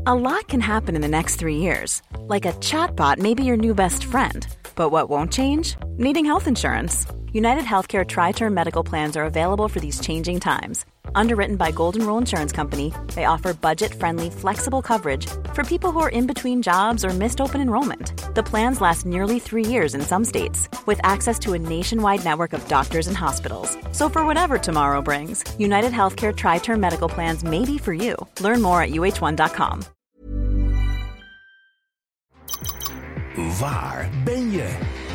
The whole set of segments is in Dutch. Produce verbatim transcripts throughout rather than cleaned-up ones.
A lot can happen in the next three years. Like a chatbot may be your new best friend. But what won't change? Needing health insurance. United Healthcare Tri-Term Medical Plans are available for these changing times. Underwritten by Golden Rule Insurance Company, they offer budget-friendly, flexible coverage for people who are in between jobs or missed open enrollment. The plans last nearly three years in some states, with access to a nationwide network of doctors and hospitals. So for whatever tomorrow brings, United Healthcare Tri-Term Medical Plans may be for you. Learn more at U H one dot com. Waar ben je?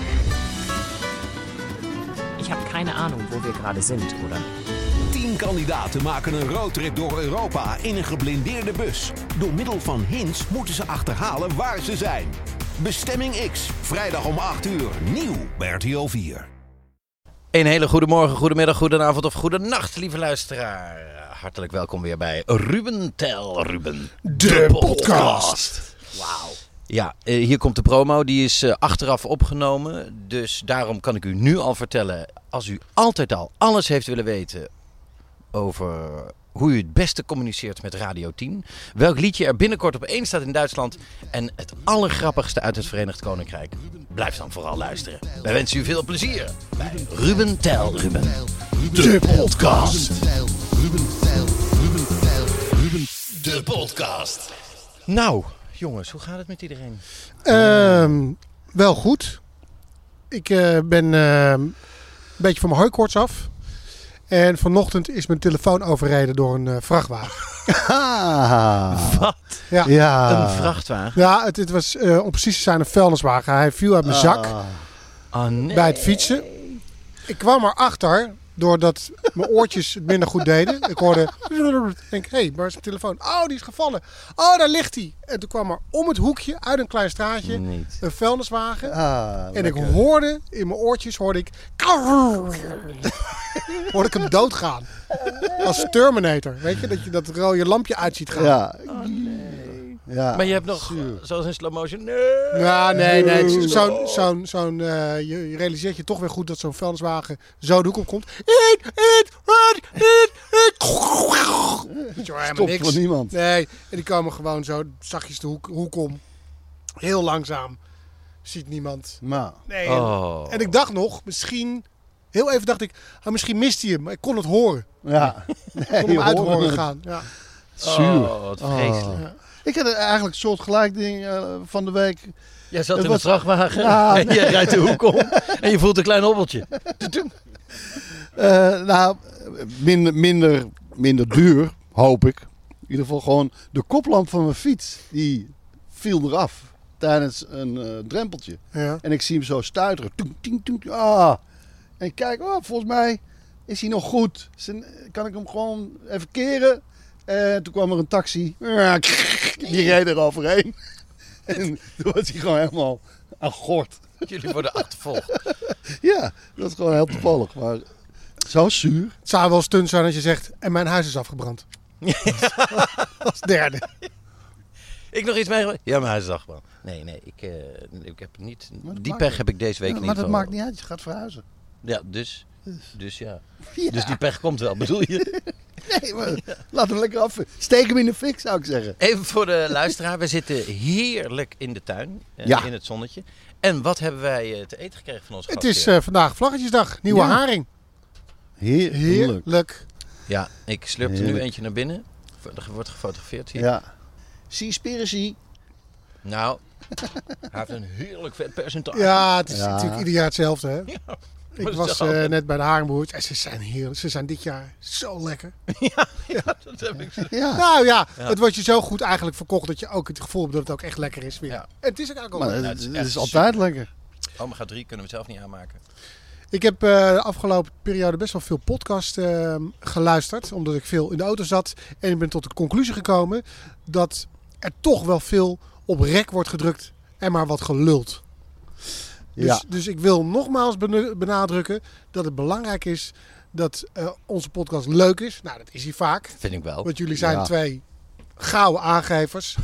Ich habe keine Ahnung, wo wir gerade sind, oder? Tien kandidaten maken een roadtrip door Europa in een geblindeerde bus. Door middel van hints moeten ze achterhalen waar ze zijn. Bestemming X, vrijdag om acht uur, nieuw bij R T L vier. Een hele goede morgen, goedemiddag, goedenavond of goedenacht, lieve luisteraar. Hartelijk welkom weer bij Ruben Tel Ruben, de, de podcast. Wauw. Ja, hier komt de promo. Die is uh, achteraf opgenomen. Dus daarom kan ik u nu al vertellen, als u altijd al alles heeft willen weten over hoe u het beste communiceert met Radio tien, welk liedje er binnenkort op één staat in Duitsland en het allergrappigste uit het Verenigd Koninkrijk, blijf dan vooral luisteren. Wij wensen u veel plezier bij Ruben Tel Ruben, de podcast. Ruben Tel Ruben Tel Ruben, de podcast. Nou, jongens, hoe gaat het met iedereen? Uh, wel goed. Ik uh, ben uh, een beetje van mijn hooikoorts af. En vanochtend is mijn telefoon overreden door een uh, vrachtwagen. Ah, wat? Ja. ja. Een vrachtwagen? Ja, het, het was uh, om precies te zijn een vuilniswagen. Hij viel uit mijn zak ah. Oh, nee. bij het fietsen. Ik kwam erachter doordat mijn oortjes het minder goed deden. Ik hoorde... Ik denk, hé, hey, waar is mijn telefoon? Oh, die is gevallen. Oh, daar ligt hij. En toen kwam er om het hoekje, uit een klein straatje, Niet. een vuilniswagen. Ah, en lekker. ik hoorde, in mijn oortjes, hoorde ik... hoorde ik hem doodgaan. Als Terminator. Weet je, dat je dat rode lampje uit ziet gaan. Ja. Oh, nee. ja. Maar je hebt nog, Zuur. zoals in slow motion... Nee. Ja, nee, nee. Zo'n, zo'n, zo'n, uh, je, je realiseert je toch weer goed dat zo'n vuilniswagen zo de hoek op komt. Eet, eet, eet, eet, eet. Weet je wel, helemaal Stopt niks. voor niemand. Nee, en die komen gewoon zo zachtjes de hoek, hoek om. Heel langzaam. Ziet niemand. Maar. Nee. Oh. En ik dacht nog, misschien... Heel even dacht ik, oh, misschien mist hij hem. Maar ik kon het horen. Ja. Ik kon hem uit horen gaan. Ja. Zuur. Oh, wat vreselijk. Oh. Ik had eigenlijk een soort gelijk ding uh, van de week. Jij zat Het in was- een vrachtwagen Ja. en je rijdt de hoek om en je voelt een klein hobbeltje. Uh, nou, minder, minder, minder duur, hoop ik. In ieder geval gewoon de koplamp van mijn fiets. Die viel eraf tijdens een uh, drempeltje. Ja. En ik zie hem zo stuiteren. Toeng, ting, toeng, ah. En ik kijk, oh, volgens mij is hij nog goed. Zijn- Kan ik hem gewoon even keren? En toen kwam er een taxi. Die reed er overheen. En toen was hij gewoon helemaal aan gort. Jullie worden achtervolgd. Ja, dat is gewoon heel toevallig. Maar zo zuur. Het zou wel stunt zijn als je zegt, en mijn huis is afgebrand. Als derde. Ik nog iets meegemaakt? Ja, mijn huis is afgebrand. Nee, nee, ik, uh, ik heb niet... Maar dat Die maakt- pech heb ik deze week Ja, niet. maar dat van- maakt niet uit, je gaat verhuizen. Ja, dus... Dus ja. Ja. Dus die pech komt wel, bedoel je? Nee, maar laat hem lekker af. Steek hem in de fik, zou ik zeggen. Even voor de luisteraar. We zitten heerlijk in de tuin. Uh, Ja. In het zonnetje. En wat hebben wij uh, te eten gekregen van onze Het gastheer? is uh, vandaag Vlaggetjesdag. Nieuwe Ja. haring. Heerlijk. Heerlijk. Ja, ik slurp er nu Heerlijk. eentje naar binnen. Er wordt gefotografeerd hier. Ja. Seaspiracy. Nou, hij heeft een heerlijk vet percentage. Ja, het is Ja. natuurlijk ieder jaar hetzelfde. Hè? maar Ik dat was is uh, altijd- net bij de haringbroers. En ze zijn heerlijk. Ze zijn dit jaar zo lekker. ja, dat heb ik zo. Ja. Nou ja, Ja. het wordt je zo goed eigenlijk verkocht dat je ook het gevoel hebt dat het ook echt lekker is weer. Ja. En het is ook eigenlijk Maar al het, het is het echt is altijd lekker. Omega drie kunnen we zelf niet aanmaken. Ik heb uh, de afgelopen periode best wel veel podcast uh, geluisterd. Omdat ik veel in de auto zat. En ik ben tot de conclusie gekomen dat er toch wel veel op rek wordt gedrukt en maar wat geluld. Dus, Ja. dus ik wil nogmaals benu- benadrukken dat het belangrijk is dat uh, onze podcast leuk is. Nou, dat is hij vaak. Vind ik wel. Want jullie zijn Ja. twee gouden aangevers.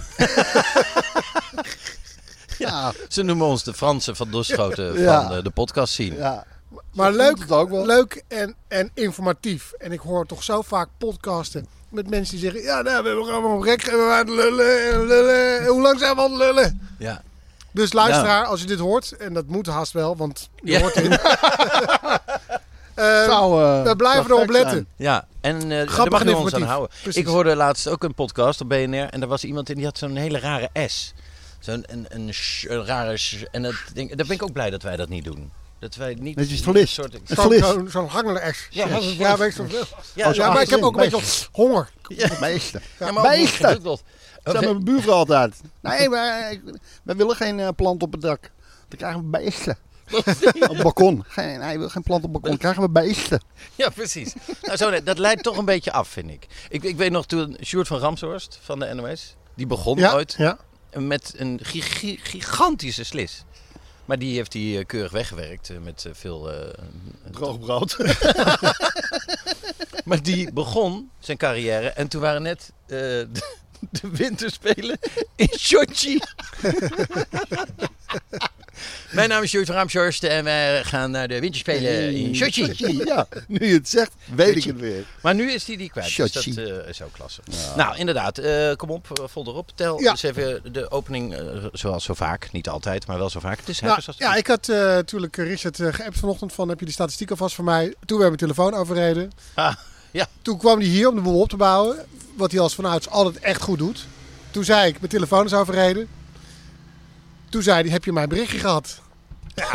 Ja. Ze noemen ons de Fransen van Doschoten Ja. van uh, de podcast zien. Ja. Maar Zo leuk, voelt het ook wel. leuk en, en informatief. En ik hoor toch zo vaak podcasten met mensen die zeggen... Ja, nou, we hebben allemaal op rek. We waren aan het lullen en lullen. En hoe lang zijn we aan het lullen? Ja. Dus luisteraar, Ja. als je dit hoort... En dat moet haast wel, want je Ja. hoort in. uh, Zou, uh, we blijven zou erop gek letten. zijn. Ja, en uh, daar Grappig mag en je ons aan informatief. houden. Precies. Ik hoorde laatst ook een podcast op B N R en daar was iemand in die had zo'n hele rare S. Zo'n een, een, sh, een rare sh, en dat, denk, daar ben ik ook blij dat wij dat niet doen. Dat wij niet... Dat je het verliest. Soort, Een Zo'n glist. zo, zo'n hangende S. Ja, Ja, dat is ja, weet je, ja, ja, maar ik heb ook een beetje honger. Meeste. ja, maar ook niet Meester. gedukkeld. Dat zei mijn buurvrouw altijd. Nee, wij, wij willen geen uh, plant op het dak. Dan krijgen we beesten. Op het balkon. Geen, nee, wil geen plant op het balkon. Dan krijgen we beesten. Ja, precies. Nou, zo, dat leidt toch een beetje af, vind ik. Ik, ik weet nog toen Sjoerd van Ramshorst van de N O S, die begon Ja, ooit ja. met een gi- gigantische slis. Maar die heeft hij uh, keurig weggewerkt uh, met uh, veel... Uh, Droog brood. maar die begon zijn carrière en toen waren net uh, de, de winterspelen in Sochi. Mijn naam is Sjoerd van Ramshorst en wij gaan naar de winterspelen in Sochi. Ja, nu je het zegt, weet ik het weer. Maar nu is hij die kwijt, dus dat Sochi. uh, is ook klasse. Ja. Nou, inderdaad, uh, kom op, uh, vol erop. Tel Ja. eens even de opening, uh, zoals zo vaak. Niet altijd, maar wel zo vaak. Het is Nou, dus ja, ik had uh, natuurlijk Richard uh, geappt vanochtend van heb je die statistiek alvast voor mij. Toen werd mijn telefoon overreden. Ah, ja. Toen kwam hij hier om de boel op te bouwen. Wat hij als vanouds altijd echt goed doet. Toen zei ik, mijn telefoon is overreden. Toen zei hij, heb je mijn berichtje gehad? Ja.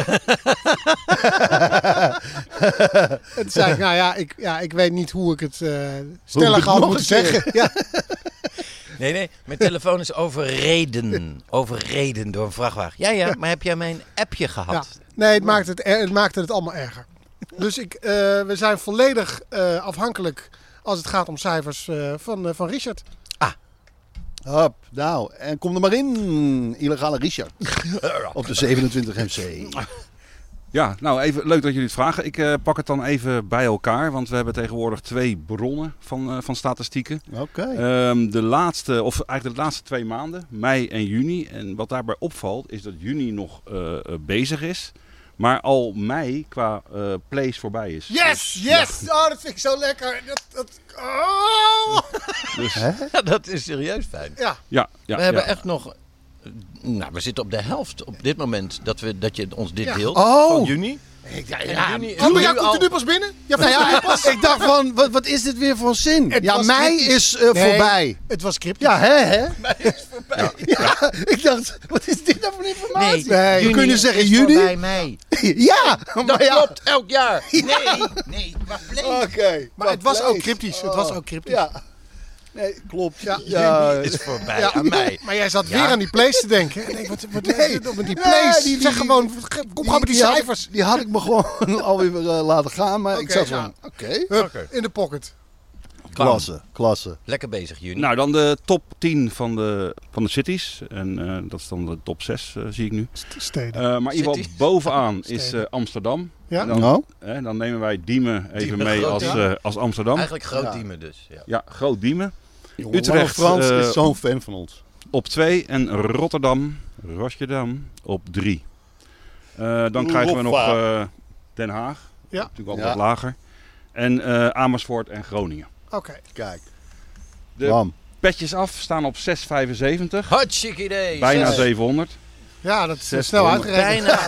En toen zei ik, nou ja ik, ja, ik weet niet hoe ik het uh, stellig had nog moeten een keer? zeggen. Ja. Nee, nee, mijn telefoon is overreden. Overreden door een vrachtwagen. Ja, ja, maar heb jij mijn appje gehad? Ja. Nee, het maakte het, er- het maakte het allemaal erger. Dus ik, uh, we zijn volledig uh, afhankelijk als het gaat om cijfers uh, van, uh, van Richard. Hop, nou, en kom er maar in, illegale Richard. Op de zevenentwintig M C. Ja, nou even leuk dat jullie het vragen. Ik uh, pak het dan even bij elkaar, want we hebben tegenwoordig twee bronnen van, uh, van statistieken. Oké. Okay. Um, de laatste, of eigenlijk de laatste twee maanden, mei en juni. En wat daarbij opvalt is dat juni nog uh, bezig is, maar al mei qua uh, plays voorbij is. Yes, Dus, yes! Ja, Oh, dat vind ik zo lekker. Dat, dat, oh! dus, Ja, dat is serieus fijn. Ja, ja, ja, we hebben ja. echt nog... Nou, we zitten op de helft op dit moment dat, we, dat je ons dit Ja. deelt. Oh. Van juni. ja, En ja. juni is Oh, maar nu jij komt al- er nu pas binnen? Ja, Nou ja, ik dacht van, wat, wat is dit weer voor zin? Het Ja, was mei cryptisch. is uh, Nee. voorbij. Het was cryptisch. Ja, hè, hè? Mei is voorbij. Ja, ik dacht, wat is dit nou voor informatie? Nee, we kunnen zeggen is juni. voorbij mei. Ja, Dat maar ja. klopt elk jaar. Nee, nee, maar bleef. Oké. Maar het was ook cryptisch. Het was ook cryptisch. Ja. Nee, klopt. Ja. Ja. Juni is voorbij Ja. aan mei. Maar jij zat Ja. weer aan die plays te denken. En ik denk, wat, wat Nee. is dit met die Ja, plays? die- die- zeg gewoon, kom gewoon met die had- cijfers. Die had ik me gewoon alweer uh, laten gaan, maar ik Oké, zat ja. van, oké. Hup, Oké. in de pocket. Klasse, klasse. Lekker bezig, juni. Nou, dan de top tien van de, van de cities. En uh, dat is dan de top zes, uh, zie ik nu. Steden. Uh, maar in ieder geval Cities. bovenaan is Steden. uh, Amsterdam. Ja? En dan, Nou? eh, dan nemen wij Diemen even Diemen, mee groot als, Diemen. uh, als Amsterdam. Eigenlijk groot Ja. Diemen dus. Ja. Ja, groot Diemen. Jongen, Utrecht, Lange Frans uh, is zo'n fan van ons. Op twee en Rotterdam, Rotterdam op drie. Uh, dan krijgen we nog uh, Den Haag, Ja. natuurlijk altijd Ja. wat lager. En uh, Amersfoort en Groningen. Oké. Kijk. De Bam. petjes af staan op zes komma vijfenzeventig. Hartstikke idee. Bijna Zes. zevenhonderd. Ja, dat is uh, Zes snel honderd. uitgerekend.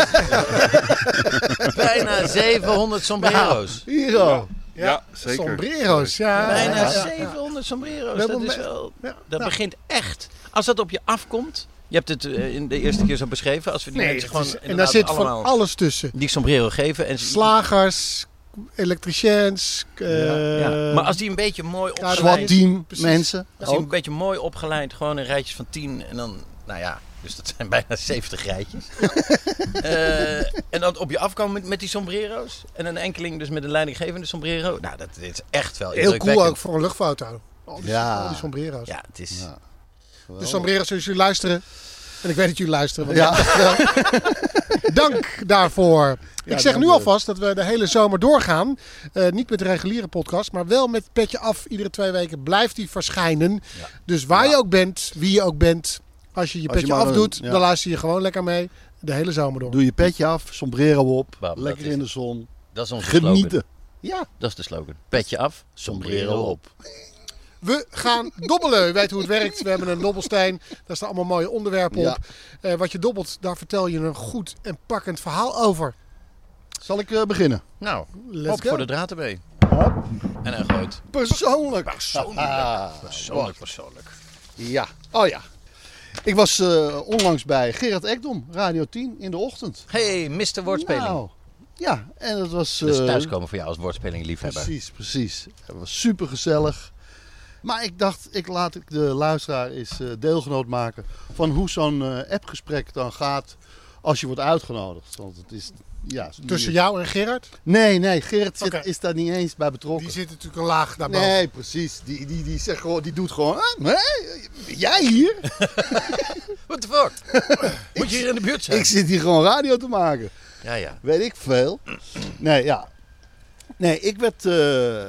Bijna, bijna zevenhonderd sombrero's. Hier al. Ja, zeker. Sombrero's, ja. Bijna ja, ja. zevenhonderd sombrero's. We Dat hebben is me- wel... Ja. Dat Nou, begint echt... Als dat op je afkomt... Je hebt het uh, in de eerste keer zo beschreven. Als we die Nee, mensen het gewoon is- en daar inderdaad zit allemaal van alles tussen. die sombrero geven. En ze- Slagers, elektriciëns. uh, ja. Maar als die een beetje mooi Ja, dat opgeleid... SWAT team Precies. mensen. Als die een Ook. beetje mooi opgeleid, gewoon in rijtjes van tien en dan, nou ja, dus dat zijn bijna zeventig rijtjes. uh, en dan op je afkomen met, met die sombrero's en een enkeling dus met een leidinggevende sombrero. Nou, dat is echt wel heel cool indrukwekkend. ook voor een luchtfoto. Al die, Ja. al die sombrero's. Ja, het is... Ja. De sombrero's, als jullie luisteren. En ik weet dat jullie luisteren. want Ja. Dank daarvoor. Ja, ik zeg dank nu u. alvast dat we de hele zomer doorgaan. Uh, niet met de reguliere podcast, maar wel met Petje Af. Iedere twee weken blijft die verschijnen. Ja. Dus waar je ook bent, wie je ook bent. Als je je Als je Petje maar Af een- doet, ja. dan luister je gewoon lekker mee. De hele zomer door. Doe je petje af, sombrero op, Bam, dat lekker is in het. de zon. Dat is onze slogan. Genieten. Ja. Dat is de slogan. Petje af, sombrero op. We gaan dobbelen. U weet hoe het werkt. We hebben een dobbelsteen. Daar staan allemaal mooie onderwerpen Ja. op. Uh, wat je dobbelt, daar vertel je een goed en pakkend verhaal over. Zal ik uh, beginnen? Nou, Let's op go. voor de draad erbij. Hop. En hij gooit. Persoonlijk. Persoonlijk. Ah, Persoonlijk, persoonlijk. Ja, oh ja. Ik was uh, onlangs bij Gerard Ekdom, Radio tien, in de ochtend. Hey, mister Woordspeling. Nou, ja, en dat was... Uh, Dus thuiskomen voor jou als woordspeling-liefhebber. Precies, precies. Het was super gezellig. Maar ik dacht, ik laat ik de luisteraar eens uh, deelgenoot maken van hoe zo'n uh, appgesprek dan gaat als je wordt uitgenodigd. Want het is... Ja, Tussen jou en Gerard? Nee, nee, Gerard zit, Okay. is daar niet eens bij betrokken. Die zit natuurlijk een laag daarboven. Nee, precies. Die, die, die, zegt gewoon, die doet gewoon... Ah, nee, jij hier? What the fuck? Moet je hier in de buurt zijn? Ik zit hier gewoon radio te maken. Ja, ja. Weet ik veel. Nee, ja. Nee, ik werd uh,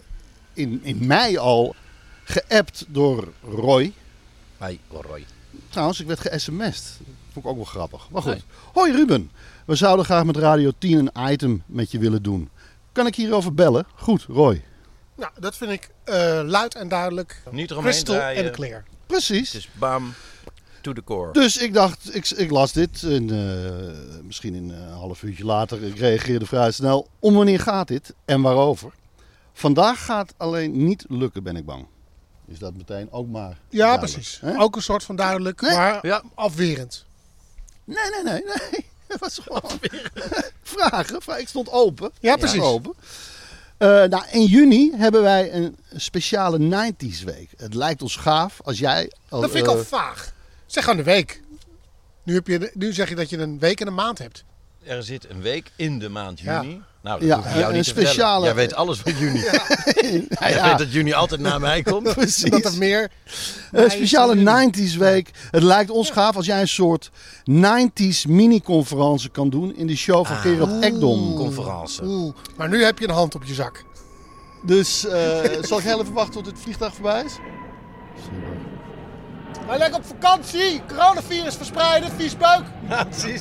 in, in mei al geappt door Roy. Hi, Roy. Trouwens, ik werd ge-sms'd. Vond ik ook wel grappig. Maar goed. Nee. Hoi Ruben. We zouden graag met Radio tien een item met je willen doen. Kan ik hierover bellen? Goed, Roy. Nou, dat vind ik uh, luid en duidelijk. Niet eromheen Crystal draaien. en clear. Precies. Dus bam, to the core. Dus ik dacht, ik, ik las dit. En, uh, misschien een uh, half uurtje later. Ik reageerde vrij snel. Om wanneer gaat dit? En waarover? Vandaag gaat alleen niet lukken, ben ik bang. Is dat meteen ook maar Ja, duidelijk, precies. hè? Ook een soort van duidelijk, Nee. maar Ja. afwerend. Nee, nee, nee, nee. Het was gewoon vragen. Vragen. Ik stond open. Ja, precies. Open. Uh, nou, in juni hebben wij een speciale nineties week. Het lijkt ons gaaf als jij... Als, Dat vind ik uh, al vaag. Zeg aan de week. Nu, heb je, nu zeg je dat je een week en een maand hebt. Er zit een week in de maand Ja. juni. Nou, dat Ja, hoef ik jou een niet te vertellen. speciale- Jij weet alles van juni. nou Jij ja, weet dat juni altijd na mij komt. precies. Dat er meer... Een speciale nineties week. Het lijkt ons gaaf als jij een soort nineties mini-conferentie kan doen in de show van Ah. Gerard Ekdom. Conferentie. Oeh, maar nu heb je een hand op je zak. Dus uh, zal ik heel even wachten tot het vliegtuig voorbij is? Wij lekker op vakantie. Coronavirus verspreiden, vies buik. Ja, precies.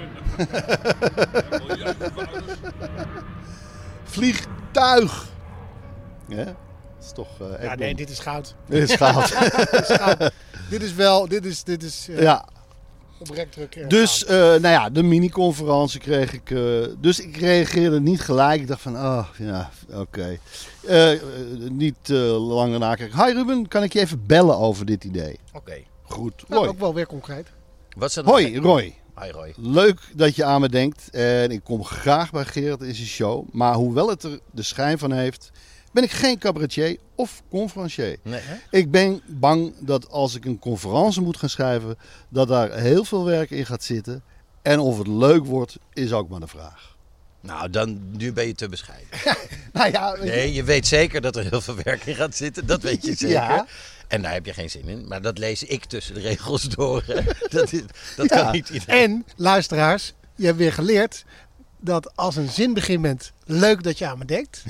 Vliegtuig! Ja, dat is toch uh, Ja, Ekdom. nee, dit is goud. Dit is goud. Dit is goud. Dit is wel, dit is, dit is uh, Ja, op rekdruk. uh, dus goud. uh, nou ja, de mini-conferentie kreeg ik. Uh, dus ik reageerde niet gelijk. Ik dacht van, oh ja, oké. Okay. Uh, uh, niet uh, lang daarna kreeg ik. Hi Ruben, kan ik je even bellen over dit idee? Oké. Goed, Nou, Roy. ook wel weer concreet. Wat is dat? Hoi Roy. Hi, Roy. Leuk dat je aan me denkt. En ik kom graag bij Gerard in zijn show. Maar hoewel het er de schijn van heeft, ben ik geen cabaretier of conferencier. Nee, hè? Ik ben bang dat als ik een conferentie moet gaan schrijven, dat daar heel veel werk in gaat zitten. En of het leuk wordt, is ook maar de vraag. Nou, dan, nu ben je te bescheiden. Nou ja, Nee, je weet zeker dat er heel veel werk in gaat zitten. Dat weet je zeker. Ja. En daar heb je geen zin in. Maar dat lees ik tussen de regels door. Hè. Dat, is, dat Ja. kan niet iedereen. En, luisteraars, je hebt weer geleerd dat als een zin begint met leuk dat je aan me denkt,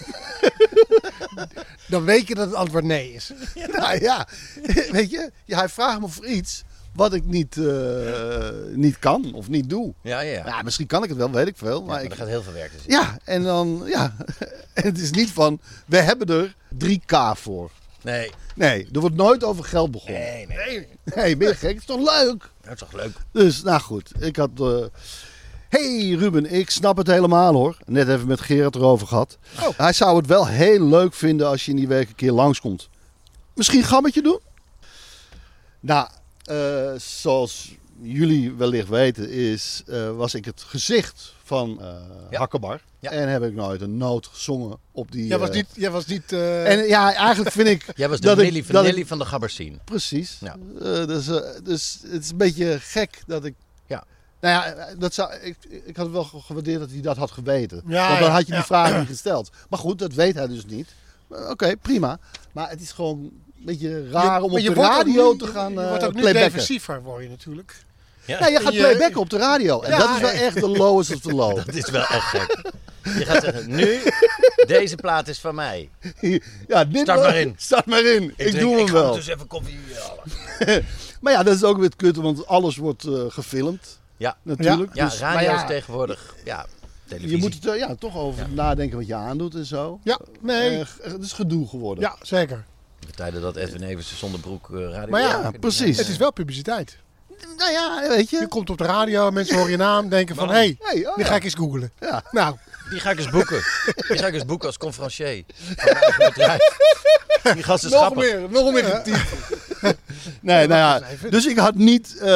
dan weet je dat het antwoord nee is. nou ja, weet je, ja, hij vraagt me voor iets wat ik niet, uh, niet kan of niet doe. Ja, ja. ja. Ja, misschien kan ik het wel, weet ik veel. Maar, maar ik, er gaat heel veel werk in zitten. ja, en dan, ja, en het is niet van, we hebben er drie k voor. Nee. Nee, er wordt nooit over geld begonnen. Nee, nee. Nee, ben je gek? Het is toch leuk? Dat is toch leuk? Dus, nou goed, ik had... Uh... Hey Ruben, ik snap het helemaal hoor. Net even met Gerard erover gehad. Oh. Hij zou het wel heel leuk vinden als je in die week een keer langskomt. Misschien een gammetje doen? Nou, uh, zoals jullie wellicht weten is, uh, was ik het gezicht van uh, Ja. Hakkebar. Ja. En heb ik nooit een noot gezongen op die... Jij was uh, niet... Jij was niet uh, En ja, eigenlijk vind ik... Jij was de dat ik- Nelly van, dat ik- Nelly van de Gabbersien. Precies. Ja. Uh, dus, uh, dus het is een beetje gek dat ik... Ja. Nou ja, dat zou, ik, ik had wel gewaardeerd dat hij dat had geweten. Ja, Want dan ja, had je die ja. vraag niet gesteld. Maar goed, dat weet hij dus niet. Uh, Oké, okay, prima. Maar het is gewoon een beetje raar je- om maar op je de wordt ook radio nu- te gaan Je uh, wordt ook nu playbacken. defensiever, word je natuurlijk. Ja. Nee, je gaat Je- playbacken op de radio. En Ja, dat is wel ja. echt de lowest of the low. Dat is wel echt gek. Je gaat zeggen, nu, deze plaat is van mij. Ja, dit Start wel- maar in. Start maar in. Ik, drink- doe hem ik ga wel. dus even koffie halen. Maar ja, dat is ook weer het kutte, want alles wordt uh, gefilmd. Ja, Natuurlijk. ja Dus- radio maar ja, is tegenwoordig. Ja, televisie. je moet het er ja, toch over nadenken wat je aandoet en zo. Ja, nee. Uh, het is gedoe geworden. Ja, zeker. De tijden dat Edwin Eversen zonder broek uh, radio... Maar ja, Ja, precies. Het is wel publiciteit. Nou ja, weet je. Je komt op de radio, mensen horen je naam, denken van... hé, hey, Hey, oh die ja. ga ik eens googlen. Ja. Nou, Die ga ik eens boeken. Die ga ik eens boeken als conferencier van mijn eigen bedrijf. Die gast is Nog grappig. meer, nog meer getiefd. Nee, nou ja. Dus ik had niet... Uh,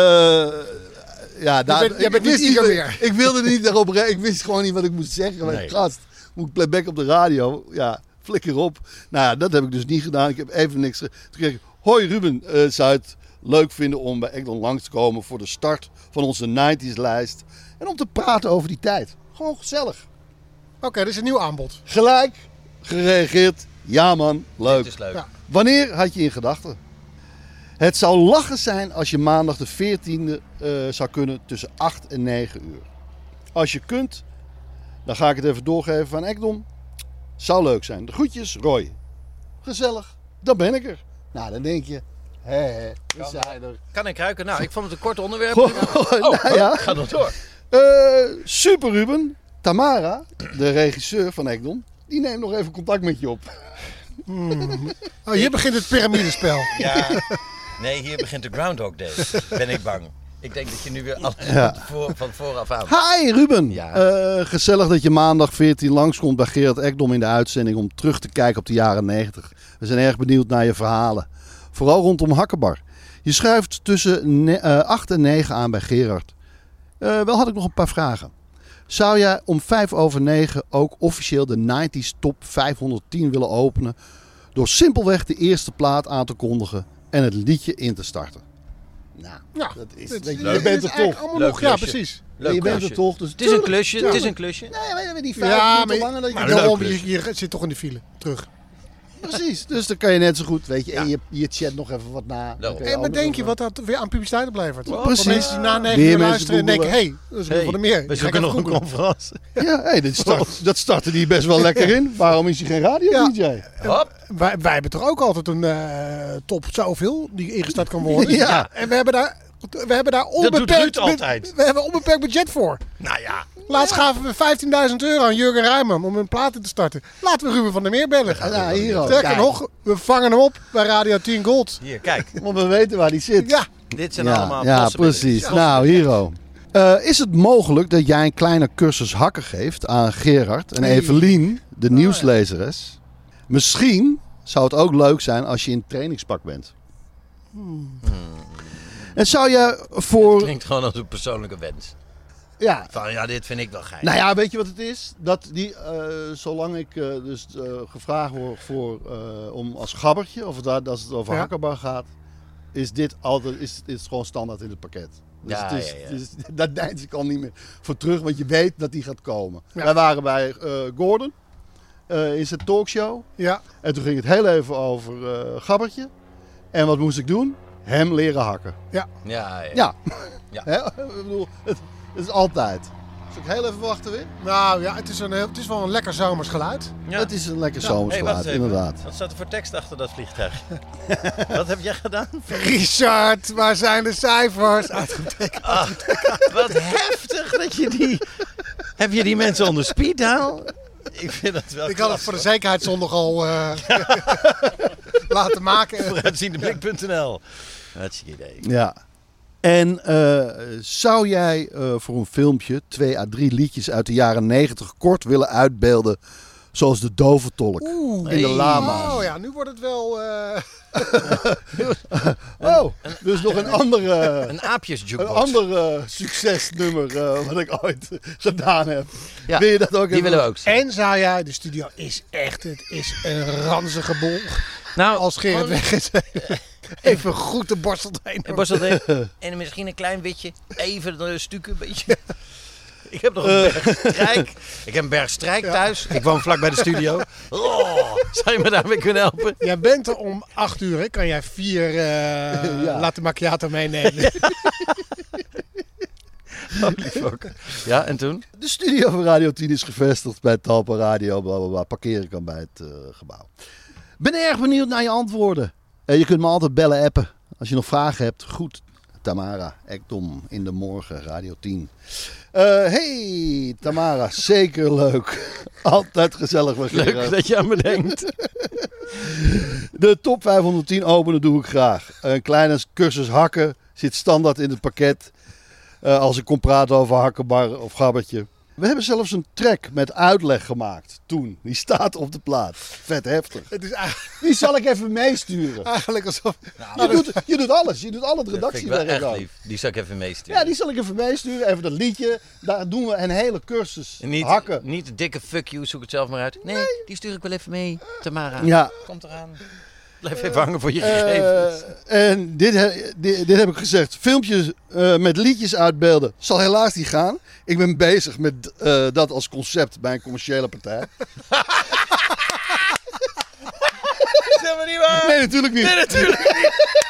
ja, daar, bent- jij ik bent niet wist Igor niet- meer. Ik wilde er niet daarop re- Ik wist gewoon niet wat ik moest zeggen. Maar Nee. gast, moet ik playback op de radio? Ja, flikker op. Nou ja, dat heb ik dus niet gedaan. Ik heb even niks... ge- Toen kreeg ik... Hoi Ruben, uh, zou je het leuk vinden om bij Ekdom langs te komen voor de start van onze nineties lijst. En om te praten over die tijd. Gewoon gezellig. oké, okay, dit is een nieuw aanbod. Gelijk gereageerd. Ja man, leuk. Dit is leuk. Ja. Wanneer had je in gedachten? Het zou lachen zijn als je maandag de veertiende uh, zou kunnen tussen acht en negen uur. Als je kunt, dan ga ik het even doorgeven van Ekdom. Zou leuk zijn. De groetjes, Roy. Gezellig, dan ben ik er. Nou, dan denk je, hé, hé, we zijn er. Kan ik ruiken? Nou, ik vond het een kort onderwerp. Goh, Oh, nou ja. ga nog door. Uh, super Ruben. Tamara, de regisseur van Ekdom, die neemt nog even contact met je op. Oh, hier begint het piramidespel. Ja, nee, hier begint de Groundhog Day. Ben ik bang. Ik denk dat je nu weer alles Ja. voor, van vooraf aan... Hi Ruben. Ja. Uh, gezellig dat je maandag veertien langskomt bij Gerard Ekdom in de uitzending om terug te kijken op de jaren negentig. We zijn erg benieuwd naar je verhalen. Vooral rondom Hakkebar. Je schuift tussen ne- uh, acht en negen aan bij Gerard. Uh, wel had ik nog een paar vragen. Zou jij om vijf over negen ook officieel de nineties Top vijfhonderdtien willen openen door simpelweg de eerste plaat aan te kondigen en het liedje in te starten? Nou, Ja, dat is, dit- dat- je dit bent is er eigenlijk toch. allemaal Leuk nog, ja, klusje. precies. Leuk je bent klusje. er toch. Dus Het is een klusje, het is een klusje. Nee, maar die vijf Ja, minuten maar, langer dat je maar leuk daarom, je, klusje. je zit toch in de file. Terug. Precies, dus dan kan je net zo goed, weet je, en je, je chat nog even wat na. Dan Daarom. kan je En wat ook denk nog je wat dat weer aan publiciteit oplevert? Ja, Voor precies. mensen die na negen Weer uur mensen luisteren en denken, hé, googelen. hey, dat is Hey, Ruben van der Meer. we Die ga ik zoeken nog even een googlen. conferentie. Ja, hey, dit start, dat startte die best wel lekker in. Waarom is hij geen radio-dj? Ja. Hop. Wij, wij hebben toch ook altijd een eh, top zoveel die ingestart kan worden. Ja. En we hebben daar, we hebben daar doet onbeperkt, Ruud altijd. We hebben onbeperkt budget voor. Nou ja. Laatst gaven we vijftienduizend euro aan Jurgen Rijman om een plaat in te starten. Laten we Ruben van der Meer bellen. Ja, hier ook. Sterker Kijk, nog, we vangen hem op bij Radio tien Gold. Hier, kijk. Want we weten waar hij zit. Ja, Dit zijn ja, allemaal ja possibilities. precies. Nou, Hiro. Uh, is het mogelijk dat jij een kleine cursus hakken geeft aan Gerard en Nee. Evelien, de nieuwslezeres? Misschien zou het ook leuk zijn als je in trainingspak bent. Hmm. En zou je voor... Klinkt gewoon als een persoonlijke wens. Ja, Van ja, dit vind ik wel geil. nou ja, weet je wat het is? Dat die, uh, zolang ik uh, dus uh, gevraagd word voor, uh, om als gabbertje, of het, als het over Ja. hakkenbar gaat, is dit altijd is, is het gewoon standaard in het pakket. Dus Ja, het is, ja, ja. het is, daar deins ik al niet meer voor terug, want je weet dat die gaat komen. Ja. Wij waren bij uh, Gordon uh, in zijn talkshow ja. en toen ging het heel even over uh, gabbertje. En wat moest ik doen? Hem leren hakken. Ja, ja. Ja, Ja. Hè? Ik bedoel, het, het is altijd. Zal ik heel even wachten weer? Nou ja, het is, een, heel- het is wel een lekker zomers geluid. Ja. Het is een lekker Hey, zomersgeluid, wacht even. inderdaad. Wat staat er voor tekst achter dat vliegtuig? Wat heb jij gedaan? Richard, waar zijn de cijfers? Uitgetekend. Ah, wat heftig dat je die... Heb je die mensen onder speed dial? Ik vind dat wel Ik had het voor de zekerheid zondag al eh, laten maken. Vooruitziendeblik punt n l. Hartstikke idee. Ja. En uh, zou jij uh, voor een filmpje twee à drie liedjes uit de jaren negentig kort willen uitbeelden, zoals de doventolk Oeh. in de lama's? Oh ja, nu wordt het wel... eh, Oh, dus nog een andere, Een aapjes een jukebox. ander uh, succesnummer uh, wat ik ooit gedaan heb. Ja, Wil je dat ook Die even? willen we ook zien. En zou jij, de studio is echt, het is een ranzige bol. Nou, Als Gerrit gewoon- weg is, even goed de borstel heen. Ik borstel erin. En misschien een klein witje. Even de stukken een beetje. Ik heb nog een berg strijk. Ik heb een berg strijk thuis. Ik woon vlak bij de studio. Oh, zou je me daarmee kunnen helpen? Jij bent er om acht uur, hè? Kan jij vier uh, Ja. latte macchiato meenemen? Holy fuck. Ja, en toen? De studio van Radio tien is gevestigd bij Talpa Radio, bla bla bla. Parkeren kan bij het uh, gebouw. Ben erg benieuwd naar je antwoorden. Uh, je kunt me altijd bellen, appen. Als je nog vragen hebt, goed. Tamara Ekdom in de morgen, Radio tien. Uh, hey Tamara, zeker leuk. Altijd gezellig met Gerard. Leuk dat je aan me denkt. De top vijfhonderdtien openen doe ik graag. Een kleine cursus hakken zit standaard in het pakket. Uh, als ik kon praten over hakkenbar of gabbertje. We hebben zelfs een track met uitleg gemaakt toen. Die staat op de plaat. Vet heftig. Het is eigenlijk, Die zal ik even meesturen. eigenlijk alsof... Je doet, je doet alles. Je doet al het Dat vind ik wel redactiewerk echt aan. lief. Die zal ik even meesturen. Ja, die zal ik even meesturen. Even dat liedje. Daar doen we een hele cursus En niet, hakken. niet de dikke fuck you, zoek het zelf maar uit. Nee, die stuur ik wel even mee, Tamara. Ja. Komt eraan. Blijf even hangen voor je Uh, gegevens. en dit, he- dit, dit heb ik gezegd. Filmpjes uh, met liedjes uitbeelden zal helaas niet gaan. Ik ben bezig met uh, dat als concept bij een commerciële partij. Dat is helemaal niet waar. Nee, natuurlijk niet. Nee, natuurlijk niet.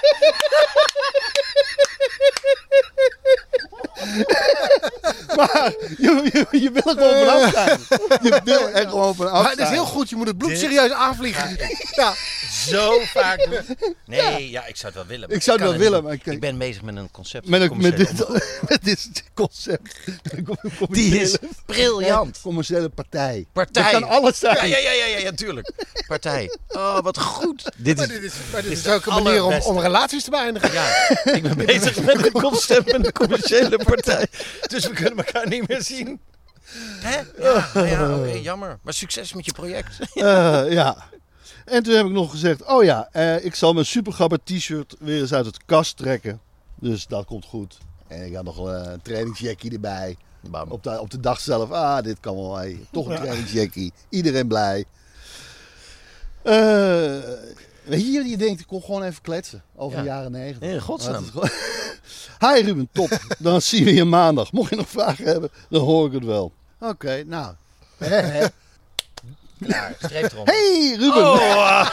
Maar je, je, je wil er gewoon vanaf zijn. Je wil er gewoon vanaf Maar zijn. het is heel goed, je moet het bloed Dit- serieus aanvliegen. Ja. Zo vaak doen. Nee, ja, ik zou het wel willen. maar Ik zou het kan wel willen, niet. maar ik- Ik ben bezig met een concept. Met, een, met, commerciële dit, met dit concept. Die is briljant. Commerciële partij. Partij. Dat kan alles zijn. Ja, ja, ja, ja, ja, ja, tuurlijk. Partij. Oh, wat goed. Dit Maar is, dit is, maar dit dit is is ook een het manier om, allerbeste. om relaties te beëindigen. ja, ik ben bezig met een concept met een commerciële partij. Dus we kunnen elkaar niet meer zien. Hè? Ja, nou ja oké, jammer. Maar succes met je project. Uh, ja. En toen heb ik nog gezegd, oh ja, uh, ik zal mijn supergabber t-shirt weer eens uit het kast trekken. Dus dat komt goed. En ik had nog een trainingsjackie erbij. Bam. Op de, op de dag zelf, ah, dit kan wel. Hey. Toch een trainingsjackie. Iedereen blij. Uh, weet je, je denkt, ik kon gewoon even kletsen over Ja. de jaren negentig. In godsnaam. Hi Ruben, top. Dan zien we je maandag. Mocht je nog vragen hebben, dan hoor ik het wel. Oké, okay, nou. Hè, hè. Klaar, streep erom. Hey Ruben. Oh.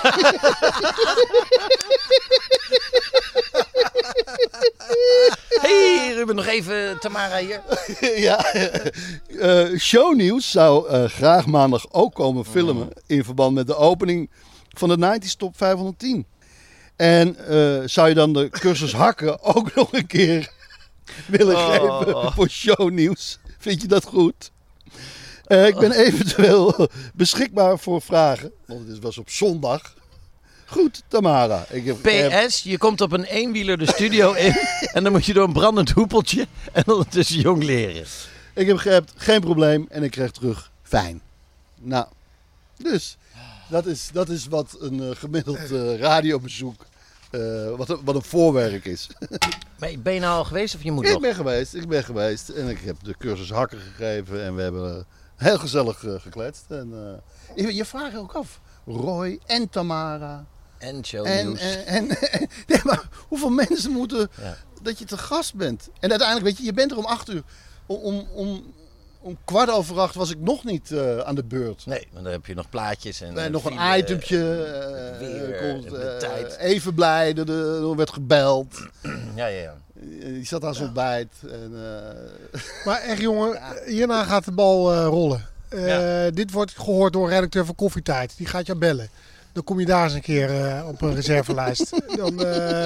Hey Ruben, nog even Tamara hier. Ja, uh, Shownieuws zou uh, graag maandag ook komen filmen in verband met de opening van de nineties Top vijfhonderdtien. En uh, zou je dan de cursus hakken ook nog een keer willen Oh. geven voor Shownieuws? Vind je dat goed? Uh, ik ben eventueel beschikbaar voor vragen, want het is was op zondag. Goed, Tamara. Ik heb, P S, je komt op een eenwieler de studio in en dan moet je door een brandend hoepeltje en ondertussen jong leren. Ik heb geappt, geen probleem. En ik kreeg terug, fijn. Nou, dus dat is, dat is wat een uh, gemiddeld uh, radiobezoek, uh, wat, een- wat een voorwerk is. Maar ben je nou al geweest of je moet Ik nog? ben geweest, ik ben geweest. En ik heb de cursus hakken gegeven. En we hebben uh, heel gezellig uh, gekletst. En, uh, je, je vraagt je ook af, Roy en Tamara. En show En, nieuws. en, en, nee, maar hoeveel mensen moeten Ja. dat je te gast bent? En uiteindelijk, weet je, je bent er om acht uur. Om, om, om, om kwart over acht was ik nog niet uh, aan de beurt. Nee, want dan heb je nog plaatjes en Nee, eh, nog een file, itempje. eh, uh, weer, komt, en de uh, tijd. Even blij, er, er werd gebeld. Ja, ja, ja. Uh, Die zat aan zijn ontbijt. En, uh, Maar echt jongen, hierna gaat de bal uh, rollen. Uh, Ja. Dit wordt gehoord door redacteur van Koffietijd. Die gaat jou bellen. Dan kom je daar eens een keer uh, op een reservelijst. Dan uh,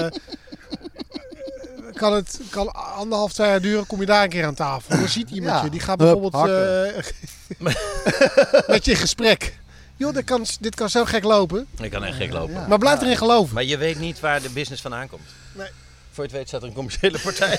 kan het kan anderhalf, twee jaar duren. Kom je daar een keer aan tafel. Dan ziet iemand Ja. je. Die gaat Hup, bijvoorbeeld uh, met je in gesprek. Joh, dit kan, dit kan zo gek lopen. Ik kan echt gek lopen. Ja. Maar blijf erin geloven. Maar je weet niet waar de business van aankomt. Nee. Voor je het weet staat er een commerciële partij.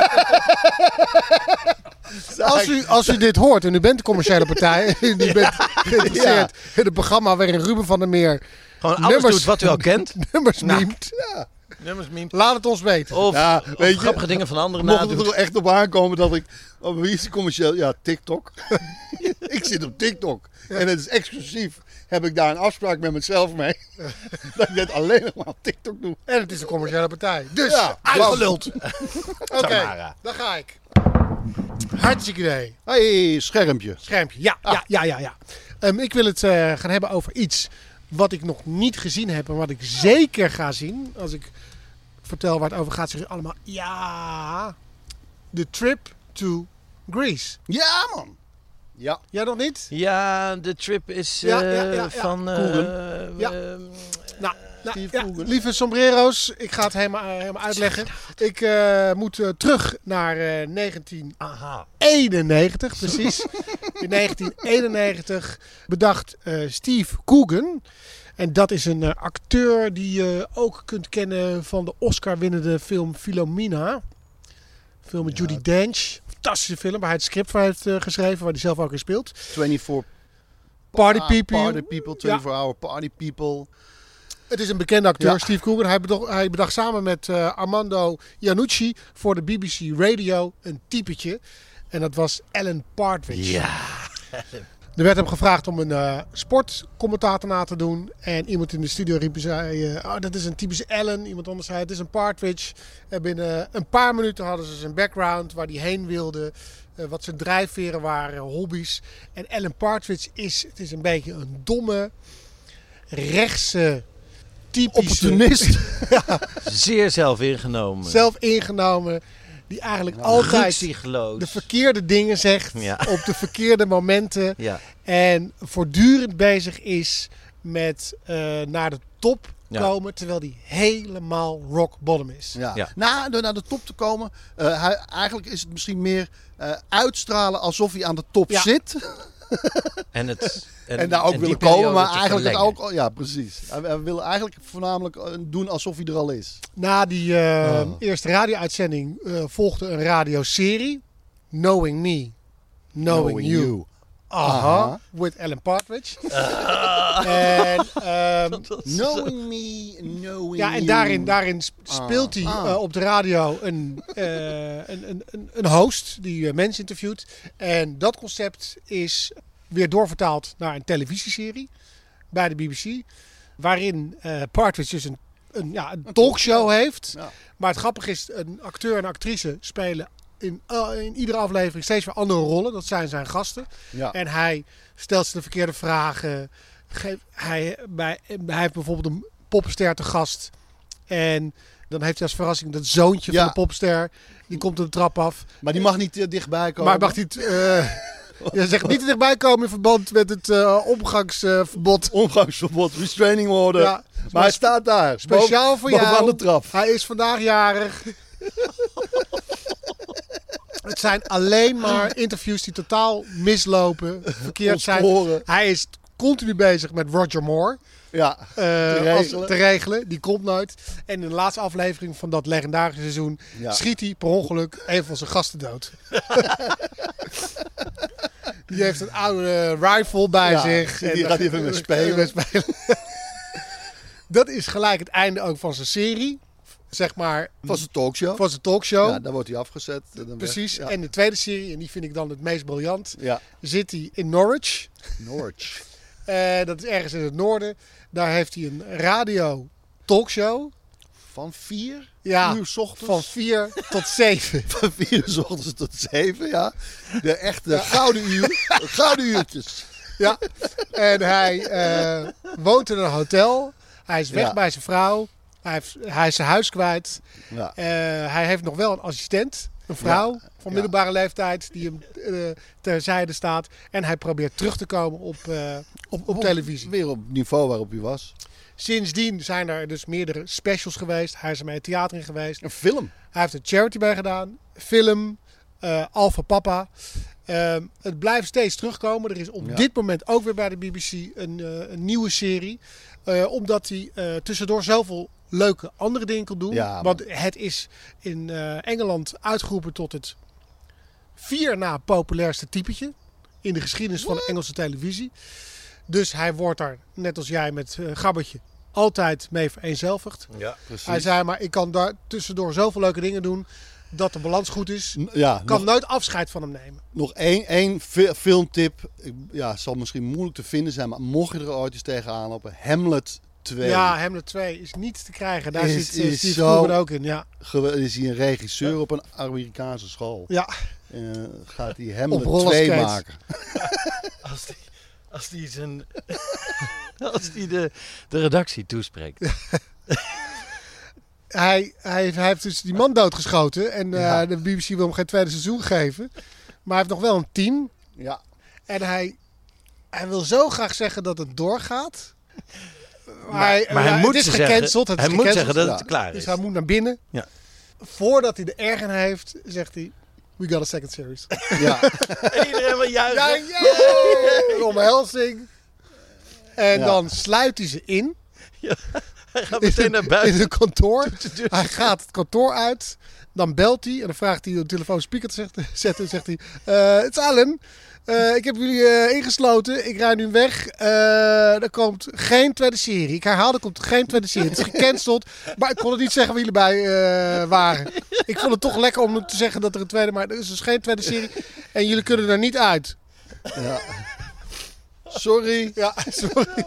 Als u, als u dit hoort en u bent de commerciële partij. En u bent geïnteresseerd in het programma waarin Ruben van der Meer Gewoon alles Nummers- doet wat u al kent. nummers Nou. meemt. ja. Nummers meme. Laat het ons weten. Of, Ja, of weet je, grappige dingen van anderen Mocht het nadoet. er echt op aankomen dat ik... Oh, wie is die commercieel? Ja, TikTok. Ik zit op TikTok. En het is exclusief. Heb ik daar een afspraak met mezelf mee. Dat ik dit alleen nog maar op TikTok doe. En het is een commerciële partij. Dus, Ja, uitgeluld. Oké, Tamara. dan ga ik. Hartstikke idee. Hey, schermpje. Schermpje. Ja, ja, ja, ja. ja. Um, ik wil het uh, gaan hebben over iets wat ik nog niet gezien heb. En wat ik zeker ga zien. Als ik vertel waar het over gaat, zeg je allemaal ja. De trip to Greece. Ja, man. Ja. Jij nog niet? Ja, de trip is Ja, eh, ja, ja, ja. van... eh, Koeren. Ja. eh, Nou, Nou, Steve ja, Coogan. lieve sombrero's, ik ga het helemaal, uh, helemaal uitleggen. Ik uh, moet uh, terug naar uh, negentien eenennegentig, precies. In negentien eenennegentig bedacht uh, Steve Coogan. En dat is een uh, acteur die je ook kunt kennen van de Oscar-winnende film Philomena. Film met ja. Judi Dench. Fantastische film waar hij het script voor heeft uh, geschreven, waar hij zelf ook in speelt. eenentwintig Party People. Party People, eenentwintig ja. Hour Party People. Het is een bekende acteur, ja. Steve Coogan. Hij bedacht, hij bedacht samen met uh, Armando Iannucci voor de B B C Radio een typetje. En dat was Alan Partridge. Ja. Er werd hem gevraagd om een uh, sportcommentator na te doen. En iemand in de studio riep en zei, uh, oh, dat is een typische Alan. Iemand anders zei, het is een Partridge. En binnen een paar minuten hadden ze zijn background, waar hij heen wilde. Uh, wat zijn drijfveren waren, hobby's. En Alan Partridge is, het is een beetje een domme, rechtse, typische... Opportunist. ja, zeer zelfingenomen. Zelf ingenomen. Die eigenlijk ja, altijd de verkeerde dingen zegt ja. op de verkeerde momenten. Ja. En voortdurend bezig is met uh, naar de top ja. komen. Terwijl die helemaal rock bottom is. Ja. Ja. Na, door naar de top te komen. Uh, hij, eigenlijk is het misschien meer uh, uitstralen alsof hij aan de top ja. zit. En, het, en, en daar ook en willen komen, maar eigenlijk het ook... Ja, precies. Hij, hij wil eigenlijk voornamelijk doen alsof hij er al is. Na die uh, oh. eerste radio-uitzending uh, volgde een radioserie. Knowing Me, Knowing, knowing You. you. Aha, uh-huh. With Alan Partridge. Uh. En, um, knowing Me, Knowing ja, en You. daarin, daarin speelt hij uh, uh, op de radio een, uh, een, een, een, een host die uh, mensen interviewt. En dat concept is weer doorvertaald naar een televisieserie bij de B B C. Waarin uh, Partridge dus een, een, ja, een talkshow heeft. Ja. Maar het grappige is, een acteur en actrice spelen in, uh, in iedere aflevering steeds weer andere rollen. Dat zijn zijn gasten. Ja. En hij stelt ze de verkeerde vragen. Geef, hij, bij, hij heeft bijvoorbeeld een popster te gast. En dan heeft hij als verrassing dat zoontje ja. van de popster. Die komt op de trap af. Maar die mag niet uh, dichtbij komen. Maar mag niet... Uh, je zegt niet te dichtbij komen in verband met het uh, omgangsverbod. Uh, omgangsverbod, restraining order. Ja, maar, maar hij staat daar. Speciaal boven, voor jou. Boven aan de trap. Hij is vandaag jarig. Het zijn alleen maar interviews die totaal mislopen, verkeerd zijn. Hij is continu bezig met Roger Moore. Ja, uh, te, regelen. te regelen. Die komt nooit. En in de laatste aflevering van dat legendarische seizoen ja. schiet hij per ongeluk een van zijn gasten dood. Die heeft een oude rifle bij ja, zich. Die en gaat even mee spelen. spelen. Dat is gelijk het einde ook van zijn serie. Zeg maar. Van zijn talkshow. Van zijn talkshow. Ja, dan wordt hij afgezet. En dan precies. Ja. En de tweede serie, en die vind ik dan het meest briljant. Ja. Zit hij in Norwich. Norwich. Uh, dat is ergens in het noorden. Daar heeft hij een radio talkshow. Van vier ja, uur 's ochtends? Van vier tot zeven. Van vier uur 's ochtends tot zeven, ja. De echte ja. gouden uur. Gouden uurtjes. Ja. En hij uh, woont in een hotel. Hij is weg ja. bij zijn vrouw. Hij, heeft, hij is zijn huis kwijt. Ja. Uh, hij heeft nog wel een assistent. Een vrouw ja. van middelbare ja. leeftijd die hem uh, terzijde staat. En hij probeert terug te komen op, uh, op, op televisie. Weer op het niveau waarop hij was. Sindsdien zijn er dus meerdere specials geweest. Hij is er mee het theater in geweest. Een film. Hij heeft een charity bij gedaan. Film. Uh, Alpha Papa. Uh, het blijft steeds terugkomen. Er is op ja. dit moment ook weer bij de B B C een, uh, een nieuwe serie. Uh, omdat hij uh, tussendoor zoveel leuke andere dingen kan doen. Ja, want het is in uh, Engeland uitgeroepen tot het vier na populairste typetje in de geschiedenis What? van de Engelse televisie. Dus hij wordt daar, net als jij met uh, Gabbertje, altijd mee vereenzelvigd. Ja, precies. Hij zei, maar ik kan daar tussendoor zoveel leuke dingen doen dat de balans goed is. Ja, kan nog, nooit afscheid van hem nemen. Nog één, één fi- filmtip. Ja, zal misschien moeilijk te vinden zijn, maar mocht je er ooit eens tegenaan lopen. Hamlet twee. Ja, Hamlet twee is niet te krijgen. Daar is, zit uh, Steve Coogan ook in. Ja. Is hij een regisseur op een Amerikaanse school. Ja. Uh, gaat hij Hamlet twee maken. Als die, als die zijn... als die de, de redactie toespreekt. Hij, hij, hij heeft dus die man doodgeschoten. En uh, ja. de B B C wil hem geen tweede seizoen geven. Maar hij heeft nog wel een team. Ja. En hij, hij wil zo graag zeggen dat het doorgaat. Maar hij, maar hij ja, moet het is zeggen- gecanceld. Het is hij moet gecanceld. zeggen dat het Ja. klaar Dus is. hij moet naar binnen. Ja. Voordat hij de erg in heeft, zegt hij... We got a second series. Ja. En iedereen wil juichen. Ja, yeah! Een omhelzing. En Ja. dan sluit hij ze in. Hij gaat meteen naar buiten. In het kantoor. Hij gaat het kantoor uit. Dan belt hij. En dan vraagt hij de telefoon speaker te zegt- zetten. En zegt hij... Het is Alan. Eh, ik heb jullie eh, ingesloten. Ik rijd nu weg. Eh, er komt geen tweede serie. Ik herhaal, er komt geen tweede serie. Het is gecanceld. Maar ik kon het niet zeggen wie jullie bij eh, waren. Ik vond het toch lekker om te zeggen dat er een tweede... Maar er is dus geen tweede serie. En jullie kunnen er niet uit. Ja. Sorry. Ja, sorry.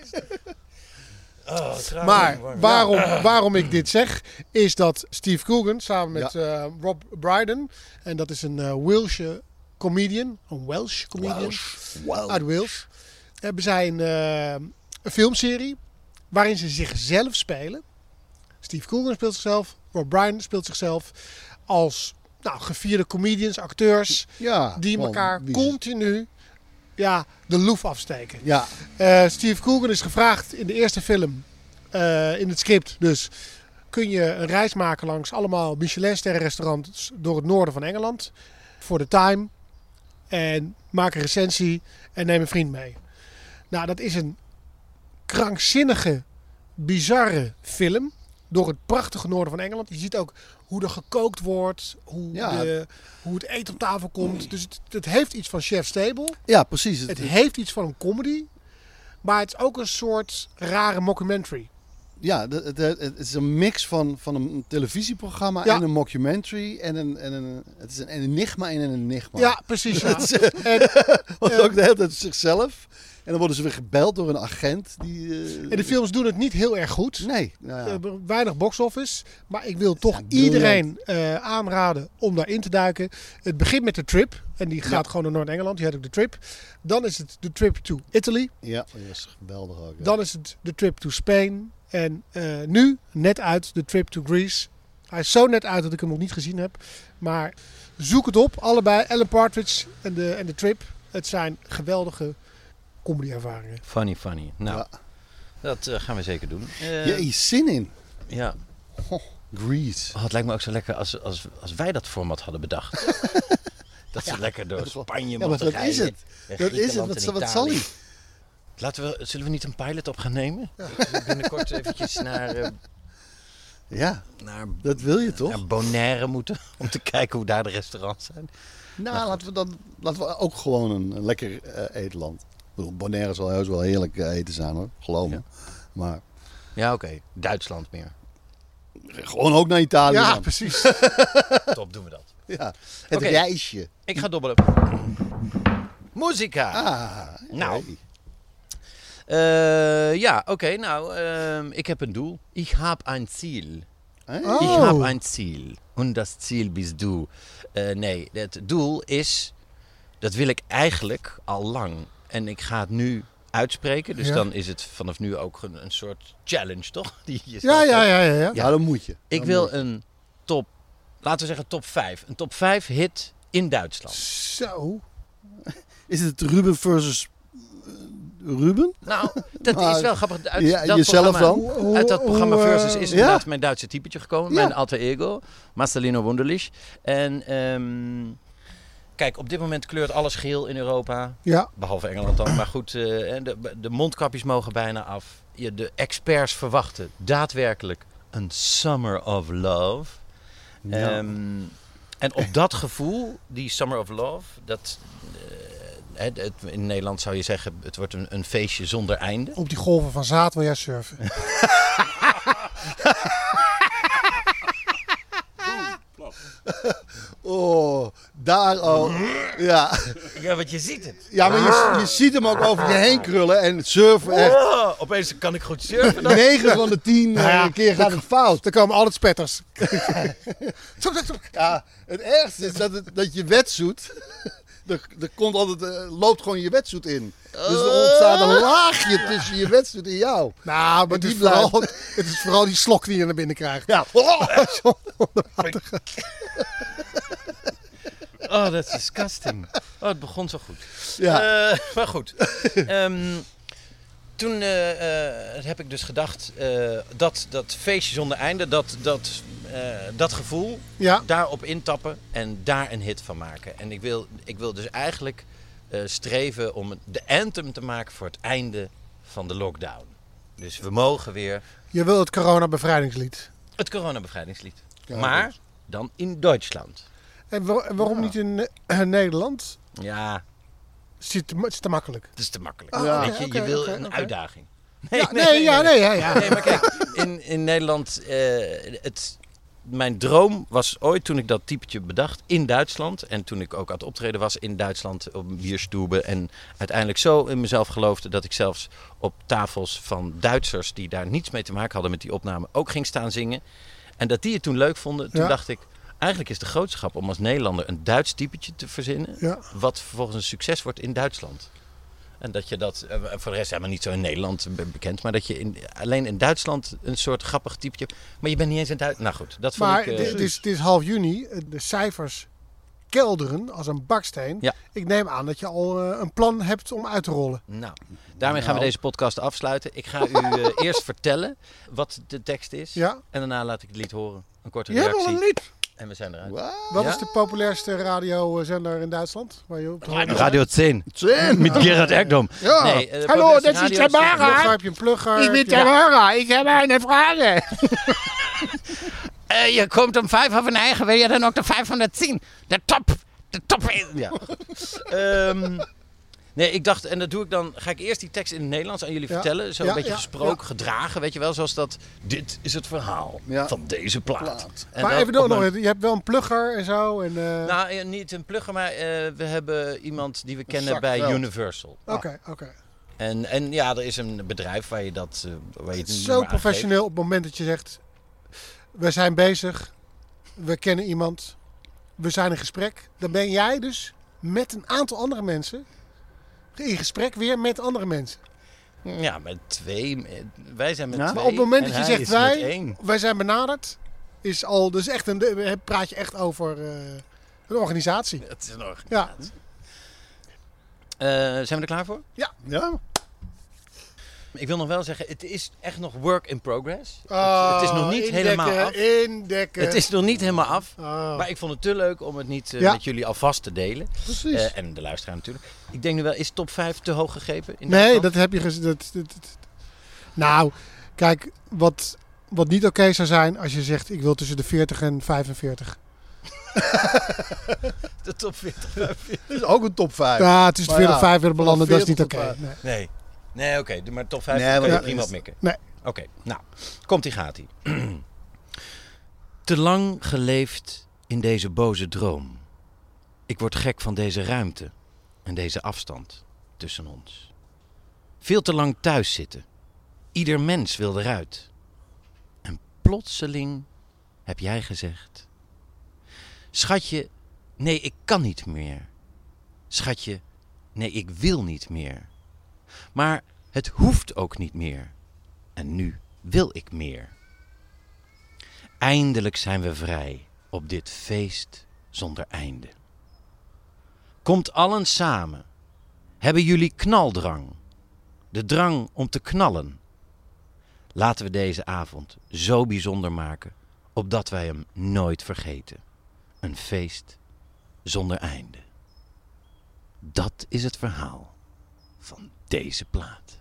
Oh, trouwens. Maar waarom, waarom ik dit zeg, is dat Steve Coogan samen met eh, Rob Brydon, en dat is een uh, Welsh comedian, een Welsh comedian Wow. uit Wales, hebben zij een, uh, een filmserie waarin ze zichzelf spelen. Steve Coogan speelt zichzelf, Rob Brydon speelt zichzelf als nou, gevierde comedians, acteurs, Ja, die man, elkaar wie is het? continu ja, de loef afsteken. Ja. Uh, Steve Coogan is gevraagd in de eerste film, uh, in het script dus, kun je een reis maken langs allemaal Michelin-sterren restaurants door het noorden van Engeland. Voor de Time. En maak een recensie en neem een vriend mee. Nou, dat is een krankzinnige, bizarre film. Door het prachtige noorden van Engeland. Je ziet ook hoe er gekookt wordt. Hoe, Ja. de, hoe het eten op tafel komt. Dus het, het heeft iets van Chef's Table. Ja, precies. Het heeft iets van een comedy. Maar het is ook een soort rare mockumentary. Ja, het, het, het is een mix van, van een televisieprogramma Ja. en een mockumentary. En een, en een, het is een enigma in een enigma. Ja, precies. Ja. Het is, En, Want eh, ook de hele tijd zichzelf. En dan worden ze weer gebeld door een agent. Die, eh, en de films doen het niet heel erg goed. Nee. Nou ja. Uh, weinig box-office. Maar ik wil toch zijn briljant. iedereen uh, aanraden om daarin te duiken. Het begint met de trip. En die gaat Ja. gewoon naar Noord-Engeland. Die heet ook de trip. Dan is het de trip to Italy. Ja, dat is geweldig ook. Ja. Dan is het de trip to Spain. En uh, nu net uit de trip to Greece. Hij is zo net uit dat ik hem nog niet gezien heb. Maar zoek het op. Allebei. Alan Partridge en de, en de trip. Het zijn geweldige comedy-ervaringen. Funny, funny. Nou, Ja. dat uh, gaan we zeker doen. Uh, Ja, je zin in. ja. Oh, Greece. Oh, het lijkt me ook zo lekker als, als, als wij dat format hadden bedacht. Dat ze lekker door Spanje Ja, maar mochten dat is rijden. het. En Dat is het. Griekenland Wat, en wat zal Italië. hij? Laten we, zullen we niet een pilot op gaan nemen? Binnenkort eventjes naar, uh, Ja, naar, dat wil je toch? naar Bonaire moeten. Om te kijken hoe daar de restaurants zijn. Nou, laten we dan laten we ook gewoon een, een lekker uh, eetland. Ik bedoel, Bonaire zal heus wel heerlijk uh, eten zijn hoor, geloof me. Ja. Maar Ja, oké. Okay. Duitsland meer. gewoon ook naar Italië. Ja, dan. precies. Top, doen we dat. Ja, het Oké. reisje. Ik ga dobbelen. Muzika. Ah, Nou. hey. Uh, ja, oké. Okay, nou, uh, ik heb een doel. Ich hab ein Ziel. Hey. Oh. Ich hab ein Ziel. Und das Ziel bist du. Uh, nee, het doel is... Dat wil ik eigenlijk al lang. En ik ga het nu uitspreken. Dus Ja. dan is het vanaf nu ook een, een soort challenge, toch? Die je Ja, stelt, ja, hè? ja, ja. ja. Ja, dan moet je. Ik Dan wil moet je. een top... Laten we zeggen top vijf. Een top vijf hit in Duitsland. Zo. Is het Ruben versus uh, Ruben? Nou, dat Maar- is wel grappig. Uit Ja, dat jezelf programma, dan? Uit dat programma Hoe, eh, Versus is ja? inderdaad mijn Duitse typetje gekomen. Ja. Mijn alter ego. Marcelino Wunderlich. En ehm, kijk, op dit moment kleurt alles geel in Europa. Ja. Behalve Engeland dan. Maar goed, eh, de, de mondkapjes mogen bijna af. Je, de experts verwachten daadwerkelijk een Summer of Love. Ja. Ehm, en op dat gevoel, die Summer of Love, dat... eh, het, het, in Nederland zou je zeggen, het wordt een, een feestje zonder einde. Op die golven van zaad wil jij surfen. Oh, daar al. Ja. Ja, want je ziet het. Ja, maar je, je ziet hem ook over je heen krullen en het surfen echt. Oh, opeens kan ik goed surfen dan. negen van de tien Nou ja, uh, keer gaat het fout. Er komen altijd spetters. Ja, het ergste is dat, het, dat je wetsuit. Er, er komt altijd, uh, loopt gewoon je wetsuit in. Dus er ontstaat een laagje tussen je wetsuit en jou. Nou, maar het Die is, blijft. vooral, het is vooral die slok die je naar binnen krijgt. Ja. Oh, dat is disgusting. Oh, het begon zo goed. Ja. Uh, maar goed. Um, toen uh, uh, heb ik dus gedacht, uh, dat, dat feestje zonder einde, dat, dat, uh, dat gevoel, Ja. daarop intappen en daar een hit van maken. En ik wil, ik wil dus eigenlijk uh, streven om de anthem te maken voor het einde van de lockdown. Dus we mogen weer Je wil het corona-bevrijdingslied. het coronabevrijdingslied. Ja, maar goed. dan in Duitsland. En waar- waarom Ja. niet in uh, Nederland? Ja, Het is te, het is te makkelijk. het is te makkelijk. Oh, Weet oké, je, oké, je wil oké, een oké. uitdaging. Ja, nee, ja, nee, ja, ja. Nee, maar kijk, in, in Nederland, uh, het, mijn droom was ooit toen ik dat typetje bedacht in Duitsland. En toen ik ook aan het optreden was in Duitsland op Bierstube. En uiteindelijk zo in mezelf geloofde dat ik zelfs op tafels van Duitsers die daar niets mee te maken hadden met die opname ook ging staan zingen. En dat die het toen leuk vonden. Toen Ja. dacht ik, eigenlijk is de grootste grap om als Nederlander een Duits typetje te verzinnen. Ja. Wat vervolgens een succes wordt in Duitsland. En dat je dat, uh, voor de rest helemaal niet zo in Nederland be- bekend, maar dat je in, alleen in Duitsland een soort grappig typetje hebt. Maar je bent niet eens in Duitsland. Nou goed, dat vond Maar ik... uh, het het is, het is half juni. De cijfers kelderen als een baksteen. Ja. Ik neem aan dat je al uh, een plan hebt om uit te rollen. Nou, daarmee gaan we Nou. deze podcast afsluiten. Ik ga u uh, eerst vertellen wat de tekst is. Ja. En daarna laat ik het lied horen. Een korte Je hebt reactie. al een lied. En we zijn eruit. Wow. Wat Ja? is de populairste radiozender in Duitsland? Waar je op te horen bent? Radio tien. Zin. Met Gerard Ekdom. Ja. Nee, uh, Hallo, populairste dat is radio Tamara. Plugger, heb je een plugger? Ik ben heb je- Tamara. Ik heb een vraag. Uh, je komt om vijf over negen, wil je dan ook de vijfhonderdtien? De top, de top. Ja. Ehm, nee, ik dacht, en dat doe ik dan, ga ik eerst die tekst in het Nederlands aan jullie Ja. vertellen. Zo Ja, een beetje ja, gesproken, ja. gedragen, weet je wel. Zoals dat, dit is het verhaal Ja. van deze plaat. Plaat. En Maar dan even nog, op nog, mijn- je hebt wel een plugger en zo. En, uh, Nou, eh, niet een plugger, maar uh, we hebben iemand die we kennen zak bij geld. Universal. Oké, oké. En, en ja, er is een bedrijf waar je dat... Uh, waar je Het het is nummer zo professioneel op het moment dat je zegt... We zijn bezig. We kennen iemand. We zijn in gesprek. Dan ben jij dus met een aantal andere mensen... in gesprek weer met andere mensen. aangeeft. Ja, met twee. eh, Wij zijn met Ja, twee. Maar op het moment en dat je hij zegt is met wij... één. Wij zijn benaderd. Is al... Dus echt een, de- praat je echt over uh, een organisatie. Het is een organisatie. Ja. Uh, zijn we er klaar voor? Ja. Ik wil nog wel zeggen, het is echt nog work in progress. Het- Oh, het is nog niet indekken, helemaal af. Indekken. Het is nog niet helemaal af. Oh. Maar ik vond het te leuk om het niet uh, Ja. met jullie alvast te delen. Precies. Uh, en de luisteraar natuurlijk. Ik denk nu wel, is top vijf te hoog gegrepen? In Nee, Duitsland? dat heb je gezien. Dat, dat, dat- Nou, kijk, wat, wat niet oké zou zijn als je zegt... ik wil tussen de veertig en vijfenveertig. De top veertig. Dat is ook een top vijf. Ja, tussen de Maar veertig en ja, vijfenveertig belanden, dat is niet veertig oké. tot Nee. Nee. Nee, oké. Okay. Maar top vijf Nee, kan maar je dat prima is- opmikken. Nee. Oké, okay, nou. Komt-ie, gaat-ie. Te lang geleefd in deze boze droom. Ik word gek van deze ruimte en deze afstand tussen ons. Veel te lang thuis zitten. Ieder mens wil eruit. En plotseling heb jij gezegd... Schatje, nee, ik kan niet meer. Schatje, nee, ik wil niet meer. Maar het hoeft ook niet meer. En nu wil ik meer. Eindelijk zijn we vrij op dit feest zonder einde. Komt allen samen. Hebben jullie knaldrang? De drang om te knallen. Laten we deze avond zo bijzonder maken, opdat wij hem nooit vergeten. Een feest zonder einde. Dat is het verhaal van deze plaat.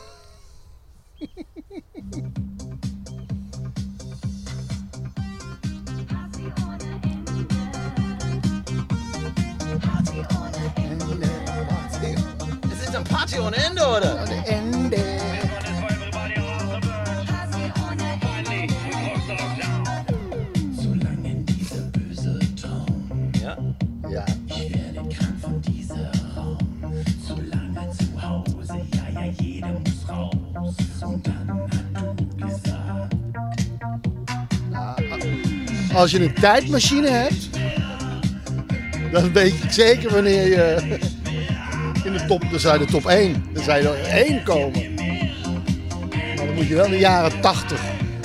Is dit een party on end, oder? Ja? Ja. Als je een tijdmachine hebt, dan weet je zeker wanneer je in de top, dan zou je de top één, dan zou je er één komen. Maar dan moet je wel in de jaren tachtig.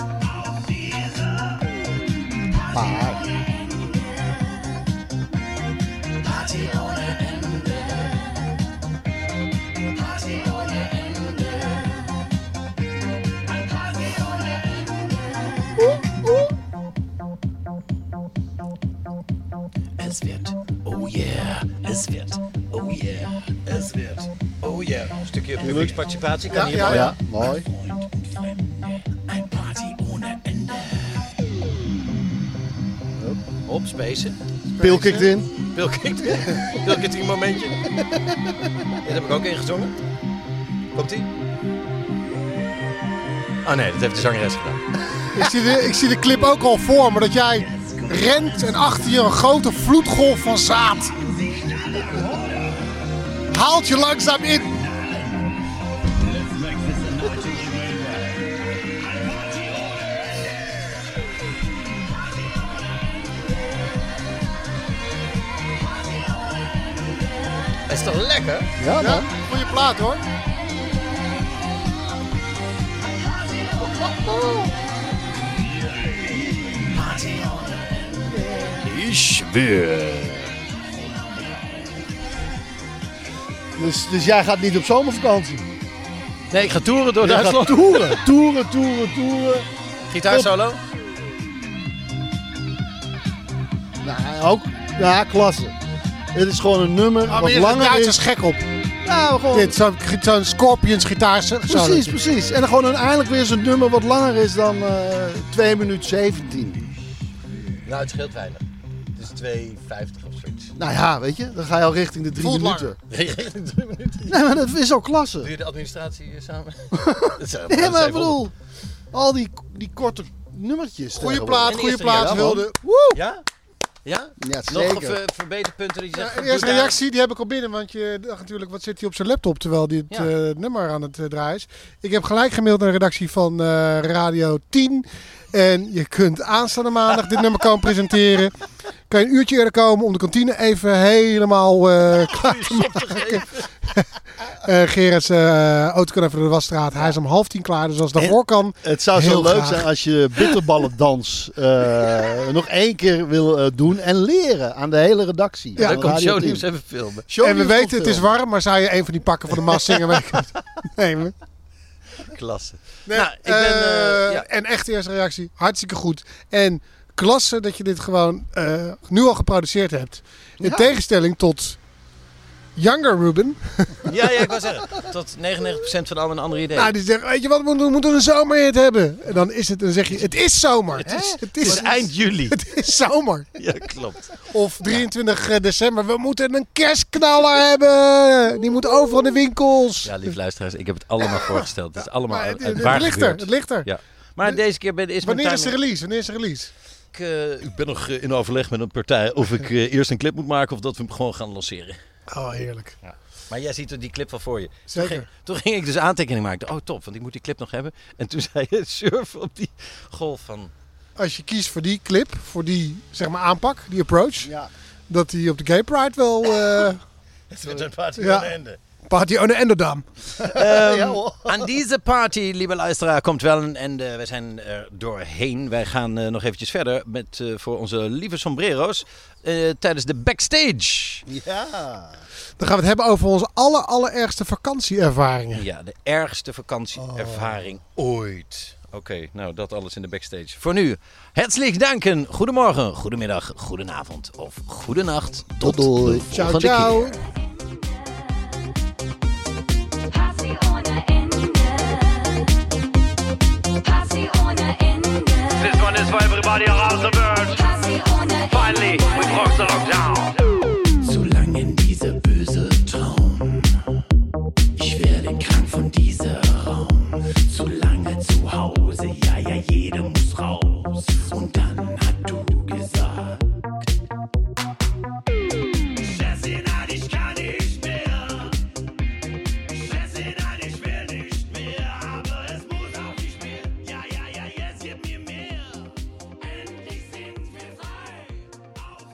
Maar Es wird, oh yeah, es wird, oh yeah, es wird, oh yeah. Een stukje publieksparticipatie kan Ja, hier ja, wel. Ja, mooi. Een party ohne ende. Op, spacen. Pil kikt in. Pil kikt in. Pil kikt in een momentje. Dit heb ik ook ingezongen. Komt-ie? Oh nee, dat heeft de zangeres gedaan. Ik zie, de, ik zie de clip ook al voor me, dat jij rent en achter je een grote vloedgolf van zaad haalt je langzaam in. Is toch lekker? Ja, Ja, man. goeie plaat hoor. Ich will. Dus, dus jij gaat niet op zomervakantie? Nee, ik ga toeren door Jij Duitsland. gaat toeren. Toeren, toeren, toeren. Gitaarsolo? Nou, ook. Ja, klasse. Het is gewoon een nummer Ah, maar wat hier is de langer Duitsers is. gek op. Nou, gewoon. Dit, zo'n zo Scorpions gitaar. zo- Precies, precies. En dan gewoon een, eindelijk weer zo'n nummer wat langer is dan uh, twee minuten zeventien. Nou, het scheelt weinig. Het is twee vijftig of zoiets. Nou ja, weet je, dan ga je al richting de drie Voelt minuten. Regent drie minuten. Nee, maar dat is al klasse. Doe je de administratie hier samen? Dat zou- Nee, dat maar is ik bedoel, al die, die korte nummertjes. Goeie tegenwoordig. plaat, En goeie eerste plaat. reactie. Hilde. Woe! Ja? Ja? Ja, Nog zeker. ver- verbeterpunten die je Ja, zegt? de doe eerste daar- reactie die heb ik al binnen, want je dacht natuurlijk, wat zit hij op zijn laptop terwijl hij het Ja. eh, nummer aan het eh, draaien is. Ik heb gelijk gemaild naar de redactie van eh, Radio tien. En je kunt aanstaande maandag dit nummer komen presenteren. Kan je een uurtje eerder komen om de kantine even helemaal eh, klaar te maken. Eh Gerard's eh, auto kan even door de wasstraat. Hij is om half tien klaar, dus als het daarvoor kan. Het zou zo Heel leuk graag. zijn als je bitterballendans eh nog één keer wil eh, doen en leren aan de hele redactie. Ja, van Dan komt Radio shownieuws tien. even filmen. Shownieuws En we komt weten, het is filmen. warm, maar zou je een van die pakken van de Mas zingen mee kunnen nemen? Klasse. Nee, Nou, ik ben, eh, eh, ja. En echt de eerste reactie, hartstikke goed. En klasse dat je dit gewoon eh, nu al geproduceerd hebt. In Ja. tegenstelling tot Younger Ruben. Ja, ja, ik wou zeggen. Tot negenennegentig procent van al mijn andere ideeën. Nou, die zegt, weet je wat, we moeten, we moeten een zomerhit hebben. En dan is het, dan zeg je, het is zomer. het, hè? is, het, het is, is eind juli. het is zomer. Ja, klopt. Of drieëntwintig december, we moeten een kerstknaller hebben. Die moet overal in de winkels. Ja, lieve luisteraars, ik heb het allemaal voorgesteld. Het is allemaal Maar het, het, het, waar ligt er, gebeurd. het ligt er. Ja. Maar deze keer ben, is mijn Wanneer is de timing- release? Wanneer is de release? Ik, eh, ik ben nog eh, in overleg met een partij of ik eh, eerst een clip moet maken of dat we hem gewoon gaan lanceren. Oh, heerlijk. Maar jij ziet die clip wel voor je. Toen Zeker. ging, toen ging ik dus aantekeningen maken. Oh, top, want ik moet die clip nog hebben. En toen zei je surfen op die golf van... Als je kiest voor die clip, voor die zeg maar aanpak, die approach, Ja. dat die op de Gay Pride wel eh Het wordt een party Ja. aan het einde. party on the Enderdam. Ehm, Ja, hoor. aan deze party, lieve luisteraar, komt wel een einde. We zijn er doorheen. Wij gaan eh, nog eventjes verder met, eh, voor onze lieve sombrero's eh, tijdens de backstage. Ja. Dan gaan we het hebben over onze aller, allerergste vakantieervaringen. Ja, de ergste vakantieervaring ooit. Oké, nou dat alles in de backstage. Voor nu, hartelijk danken. Goedemorgen, goedemiddag, goedenavond of goedenacht. Tot doei. de Ciao, volgende ciao. keer. Party ohne Ende. Party ohne Ende. This one is for everybody around the world. Party ohne Ende. Finally, we broke the lockdown. Solange dieser böse Traum, ich werde krank von dieser Raum. Zu lange zu Hause, ja, ja, jeder muss raus. Und dann hat du gesagt, Scheiße, nein, ich kann nicht mehr. Scheiße, nein, ich will nicht mehr. Aber es muss auch nicht mehr. Ja, ja, ja, jetzt gib mir mehr. Endlich sind wir frei.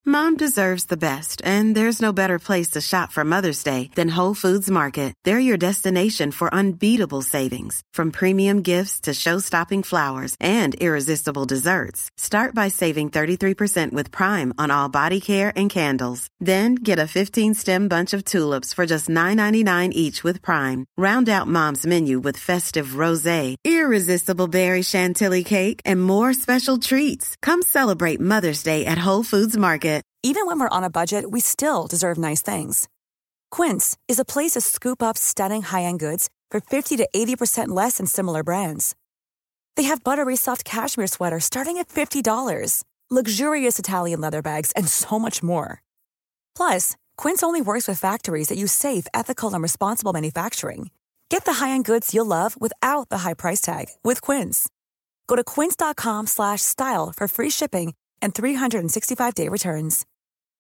Mom deserves the best, and there's no better place to shop for Mother's Day than Whole Foods Market. They're your destination for unbeatable savings, from premium gifts to show-stopping flowers and irresistible desserts. Start by saving thirty-three percent with Prime on all body care and candles. Then get a fifteen-stem bunch of tulips for just nine ninety-nine each with Prime. Round out Mom's menu with festive rosé, irresistible berry chantilly cake, and more special treats. Come celebrate Mother's Day at Whole Foods Market. Even when we're on a budget, we still deserve nice things. Quince is a place to scoop up stunning high-end goods for fifty to eighty percent less than similar brands. They have buttery soft cashmere sweaters starting at fifty dollars, luxurious Italian leather bags, and so much more. Plus, Quince only works with factories that use safe, ethical, and responsible manufacturing. Get the high-end goods you'll love without the high price tag with Quince. Go to quince.com slash style for free shipping and three sixty-five day returns.